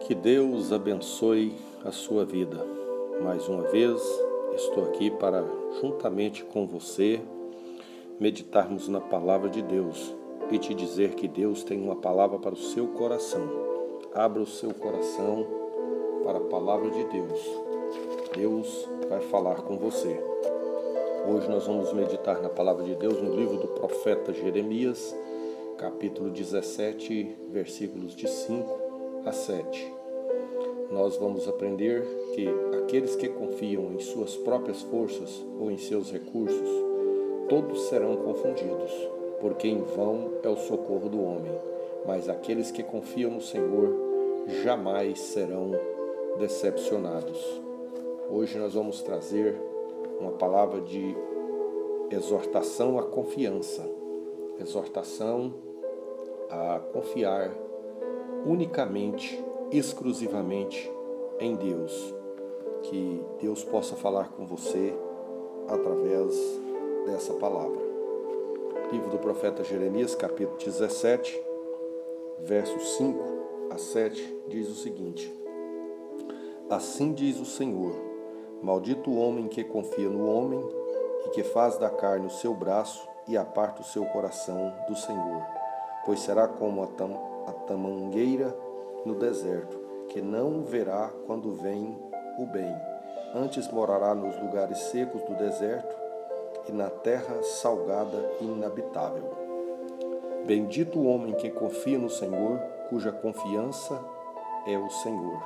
Que Deus abençoe a sua vida. Mais uma vez, estou aqui para, juntamente com você, meditarmos na palavra de Deus e te dizer que Deus tem uma palavra para o seu coração. Abra o seu coração para a palavra de Deus. Deus vai falar com você. Hoje nós vamos meditar na palavra de Deus no livro do profeta Jeremias, capítulo 17, versículos de 5 a 7. Nós vamos aprender que aqueles que confiam em suas próprias forças ou em seus recursos, todos serão confundidos, porque em vão é o socorro do homem, mas aqueles que confiam no Senhor jamais serão decepcionados. Hoje nós vamos trazer uma palavra de exortação à confiança, exortação a confiar unicamente, exclusivamente em Deus. Que Deus possa falar com você através dessa palavra. Livro do profeta Jeremias, capítulo 17, versos 5 a 7, diz o seguinte: Assim diz o Senhor: Maldito o homem que confia no homem e que faz da carne o seu braço e aparta o seu coração do Senhor, pois será como a tamangueira no deserto, que não verá quando vem o bem. Antes morará nos lugares secos do deserto e na terra salgada e inabitável. Bendito o homem que confia no Senhor, cuja confiança é o Senhor.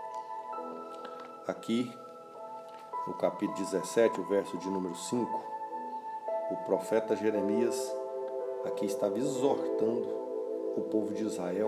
Aqui, no capítulo 17, o verso de número 5, o profeta Jeremias aqui estava exortando o povo de Israel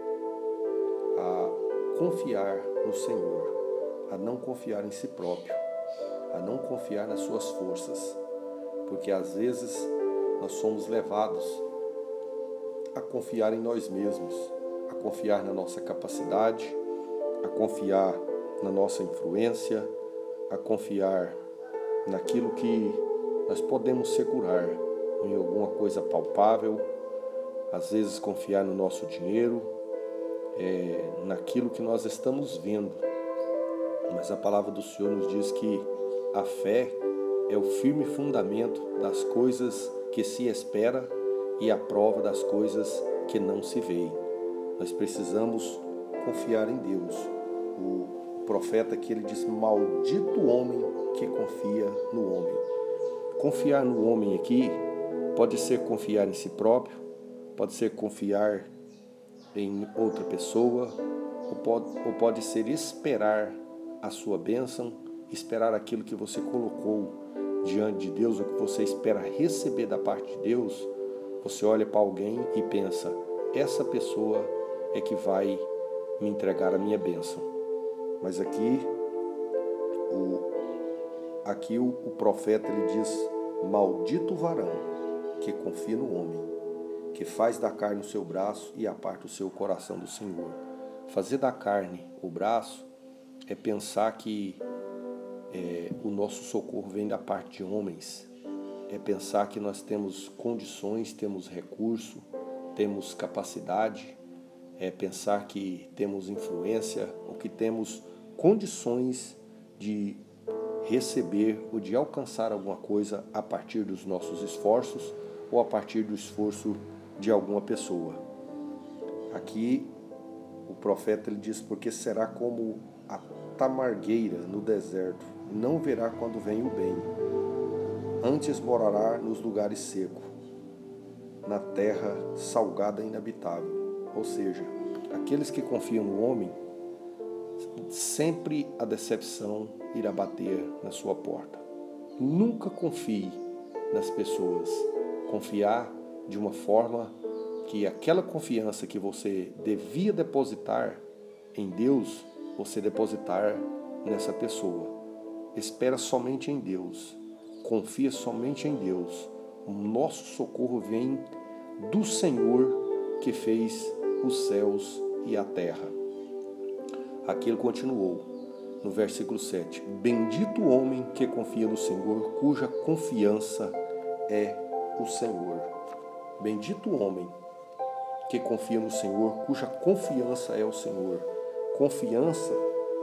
a confiar no Senhor, a não confiar em si próprio, a não confiar nas suas forças, porque às vezes nós somos levados a confiar em nós mesmos, a confiar na nossa capacidade, a confiar na nossa influência, a confiar naquilo que nós podemos segurar, em alguma coisa palpável, às vezes confiar no nosso dinheiro, naquilo que nós estamos vendo. Mas a palavra do Senhor nos diz que a fé é o firme fundamento das coisas que se espera e a prova das coisas que não se veem. Nós precisamos confiar em Deus. O profeta aqui, ele diz: maldito o homem que confia no homem. Confiar no homem aqui pode ser confiar em si próprio, pode ser confiar em outra pessoa, ou pode ser esperar a sua bênção, esperar aquilo que você colocou diante de Deus, o que você espera receber da parte de Deus. Você olha para alguém e pensa: essa pessoa é que vai me entregar a minha bênção. Mas aqui o profeta, ele diz: maldito o varão que confia no homem, que faz da carne o seu braço e aparta o seu coração do Senhor. Fazer da carne o braço é pensar que o nosso socorro vem da parte de homens, é pensar que nós temos condições, temos recurso, temos capacidade, é pensar que temos influência ou que temos condições de receber ou de alcançar alguma coisa a partir dos nossos esforços ou a partir do esforço de alguma pessoa. Aqui o profeta, ele diz: porque será como a tamargueira no deserto, não verá quando vem o bem. Antes morará nos lugares secos, na terra salgada e inabitável. Ou seja, aqueles que confiam no homem, sempre a decepção irá bater na sua porta. Nunca confie nas pessoas. Confiar de uma forma que aquela confiança que você devia depositar em Deus, você depositar nessa pessoa. Espera somente em Deus. Confia somente em Deus. O nosso socorro vem do Senhor que fez os céus e a terra. Aqui ele continuou, no versículo 7. Bendito o homem que confia no Senhor, cuja confiança é o Senhor. Bendito o homem que confia no Senhor, cuja confiança é o Senhor. Confiança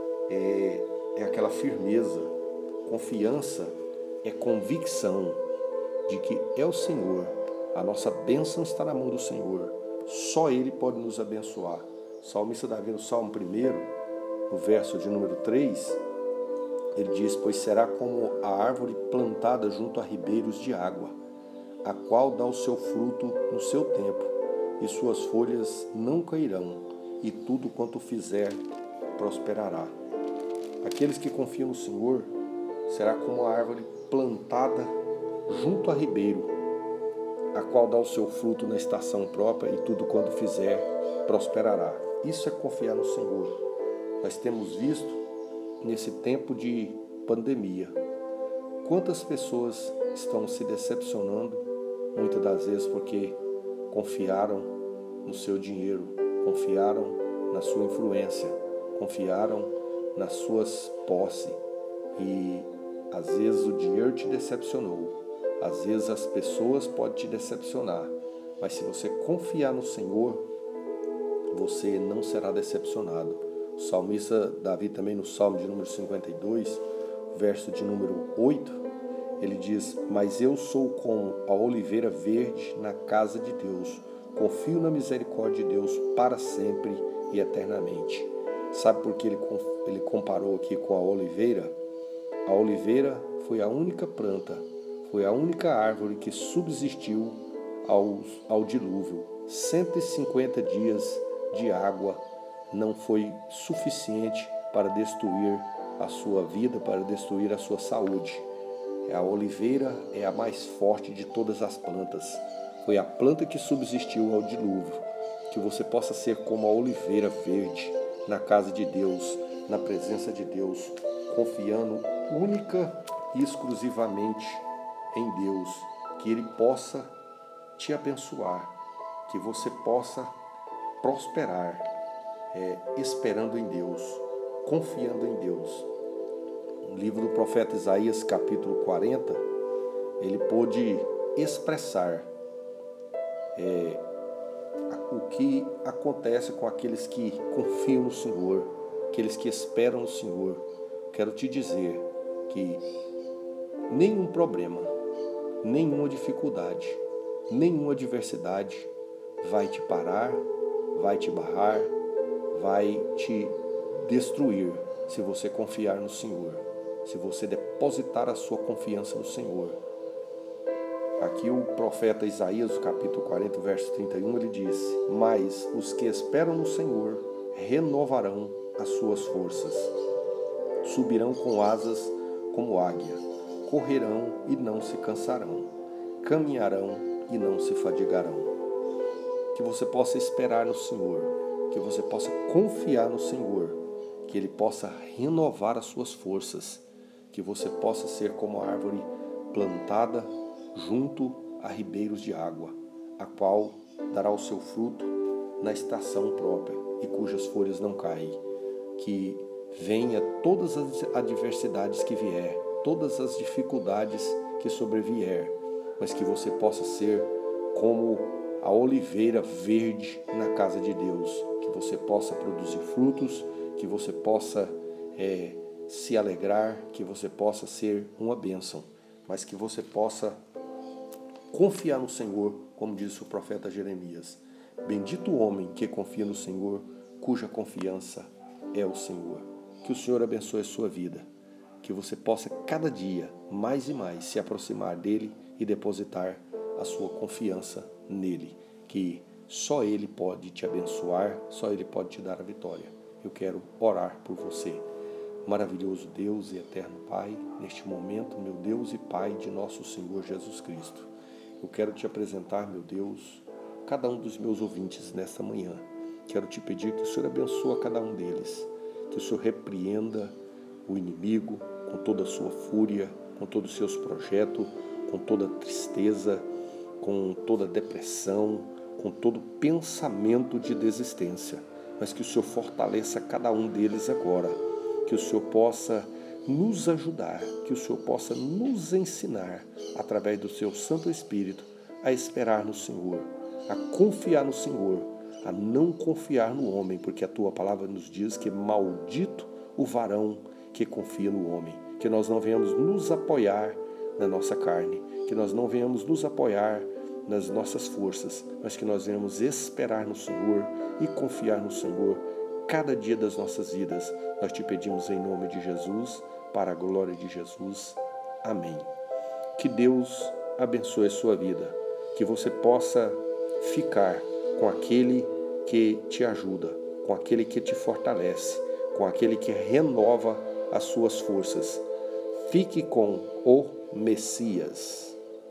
é aquela firmeza. Confiança é convicção de que é o Senhor. A nossa bênção está na mão do Senhor. Só Ele pode nos abençoar. O salmista Davi, no Salmo 1, no verso de número 3, ele diz: pois será como a árvore plantada junto a ribeiros de água, a qual dá o seu fruto no seu tempo, e suas folhas não cairão, e tudo quanto fizer prosperará. Aqueles que confiam no Senhor será como a árvore plantada junto a ribeiro, a qual dá o seu fruto na estação própria, e tudo quanto fizer prosperará. Isso é confiar no Senhor. Nós temos visto nesse tempo de pandemia quantas pessoas estão se decepcionando, muitas das vezes porque confiaram no seu dinheiro, confiaram na sua influência, confiaram nas suas posses, e às vezes o dinheiro te decepcionou, às vezes as pessoas podem te decepcionar, mas se você confiar no Senhor, você não será decepcionado. O salmista Davi também, no Salmo de número 52, verso de número 8, ele diz: mas eu sou como a oliveira verde na casa de Deus, confio na misericórdia de Deus para sempre e eternamente. Sabe por que ele comparou aqui com a oliveira? A oliveira foi a única planta, foi a única árvore que subsistiu ao dilúvio. 150 dias de água não foi suficiente para destruir a sua vida, para destruir a sua saúde. A oliveira é a mais forte de todas as plantas. Foi a planta que subsistiu ao dilúvio. Que você possa ser como a oliveira verde na casa de Deus, na presença de Deus, confiando única e exclusivamente em Deus, que Ele possa te abençoar, que você possa prosperar, esperando em Deus, confiando em Deus. No livro do profeta Isaías, capítulo 40, ele pôde expressar o que acontece com aqueles que confiam no Senhor, aqueles que esperam no Senhor. Quero te dizer que nenhum problema, nenhuma dificuldade, nenhuma adversidade vai te parar, vai te barrar, vai te destruir se você confiar no Senhor, se você depositar a sua confiança no Senhor. Aqui o profeta Isaías, capítulo 40, verso 31, ele diz: mas os que esperam no Senhor renovarão as suas forças, subirão com asas como águia, correrão e não se cansarão, caminharão e não se fadigarão. Que você possa esperar no Senhor, que você possa confiar no Senhor, que Ele possa renovar as suas forças, que você possa ser como a árvore plantada junto a ribeiros de água, a qual dará o seu fruto na estação própria e cujas folhas não caem. Que venha todas as adversidades que vier, todas as dificuldades que sobrevier, mas que você possa ser como a oliveira verde na casa de Deus, que você possa produzir frutos, que você possa se alegrar, que você possa ser uma bênção, mas que você possa confiar no Senhor, como disse o profeta Jeremias. Bendito o homem que confia no Senhor, cuja confiança é o Senhor. Que o Senhor abençoe a sua vida, que você possa cada dia mais e mais se aproximar dele e depositar a sua confiança nele, que só Ele pode te abençoar, só Ele pode te dar a vitória. Eu quero orar por você. Maravilhoso Deus e eterno Pai, neste momento, meu Deus e Pai de nosso Senhor Jesus Cristo, eu quero te apresentar, meu Deus, cada um dos meus ouvintes nesta manhã. Quero te pedir que o Senhor abençoe cada um deles, que o Senhor repreenda o inimigo com toda a sua fúria, com todos os seus projetos, com toda a tristeza, com toda a depressão, com todo pensamento de desistência, mas que o Senhor fortaleça cada um deles agora, que o Senhor possa nos ajudar, que o Senhor possa nos ensinar, através do seu Santo Espírito, a esperar no Senhor, a confiar no Senhor, a não confiar no homem, porque a tua palavra nos diz que maldito o varão que confia no homem. Que nós não venhamos nos apoiar na nossa carne, que nós não venhamos nos apoiar nas nossas forças, mas que nós venhamos esperar no Senhor e confiar no Senhor cada dia das nossas vidas. Nós te pedimos em nome de Jesus, para a glória de Jesus. Amém. Que Deus abençoe a sua vida, que você possa ficar com aquele que te ajuda, com aquele que te fortalece, com aquele que renova as suas forças. Fique com o Messias.